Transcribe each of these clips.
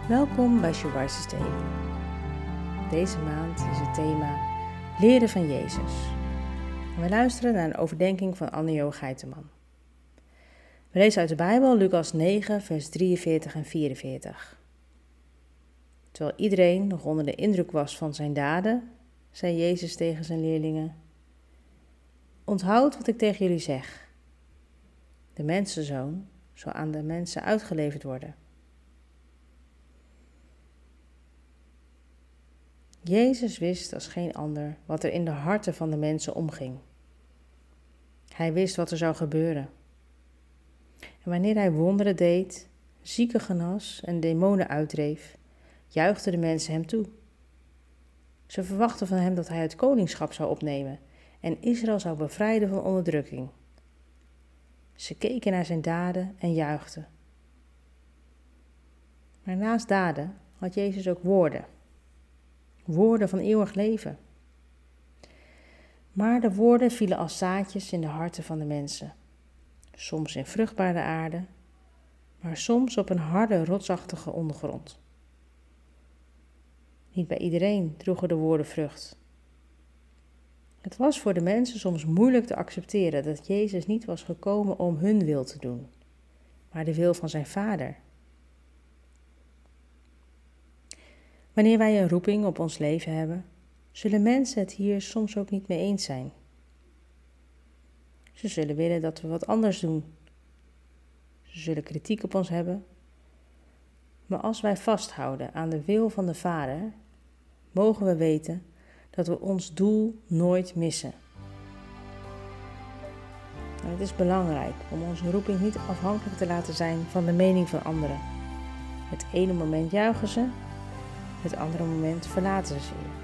Welkom bij She Rises Daily. Deze maand is het thema Leren van Jezus. En we luisteren naar een overdenking van Anne-Jo Geiteman. We lezen uit de Bijbel Lucas 9, vers 43 en 44. Terwijl iedereen nog onder de indruk was van zijn daden, zei Jezus tegen zijn leerlingen: Onthoud wat ik tegen jullie zeg. De mensenzoon zal aan de mensen uitgeleverd worden. Jezus wist als geen ander wat er in de harten van de mensen omging. Hij wist wat er zou gebeuren. En wanneer hij wonderen deed, zieken genas en demonen uitdreef, juichten de mensen hem toe. Ze verwachten van hem dat hij het koningschap zou opnemen en Israël zou bevrijden van onderdrukking. Ze keken naar zijn daden en juichten. Maar naast daden had Jezus ook woorden. Woorden van eeuwig leven. Maar de woorden vielen als zaadjes in de harten van de mensen. Soms in vruchtbare aarde, maar soms op een harde, rotsachtige ondergrond. Niet bij iedereen droegen de woorden vrucht. Het was voor de mensen soms moeilijk te accepteren dat Jezus niet was gekomen om hun wil te doen, maar de wil van zijn Vader. Wanneer wij een roeping op ons leven hebben, zullen mensen het hier soms ook niet mee eens zijn. Ze zullen willen dat we wat anders doen. Ze zullen kritiek op ons hebben. Maar als wij vasthouden aan de wil van de Vader, mogen we weten dat we ons doel nooit missen. En het is belangrijk om onze roeping niet afhankelijk te laten zijn van de mening van anderen. Het ene moment juichen ze, het andere moment verlaten ze je.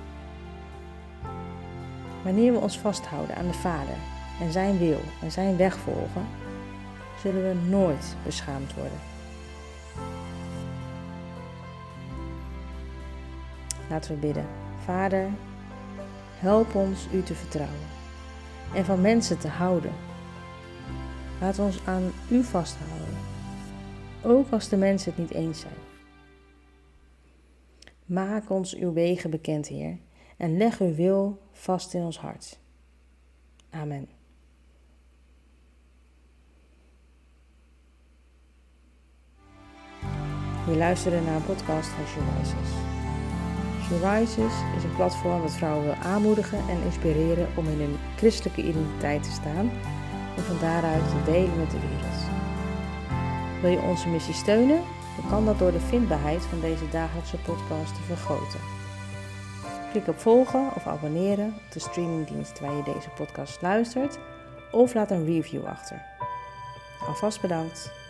Wanneer we ons vasthouden aan de Vader en zijn wil en zijn weg volgen, zullen we nooit beschaamd worden. Laten we bidden. Vader, help ons u te vertrouwen en van mensen te houden. Laat ons aan u vasthouden, ook als de mensen het niet eens zijn. Maak ons uw wegen bekend, Heer, en leg uw wil vast in ons hart. Amen. Je luisterde naar een podcast van She Rises. She Rises is een platform dat vrouwen wil aanmoedigen en inspireren om in hun christelijke identiteit te staan en van daaruit te delen met de wereld. Wil je onze missie steunen? Dan kan dat door de vindbaarheid van deze dagelijkse podcast te vergroten. Klik op volgen of abonneren op de streamingdienst waar je deze podcast luistert of laat een review achter. Alvast bedankt.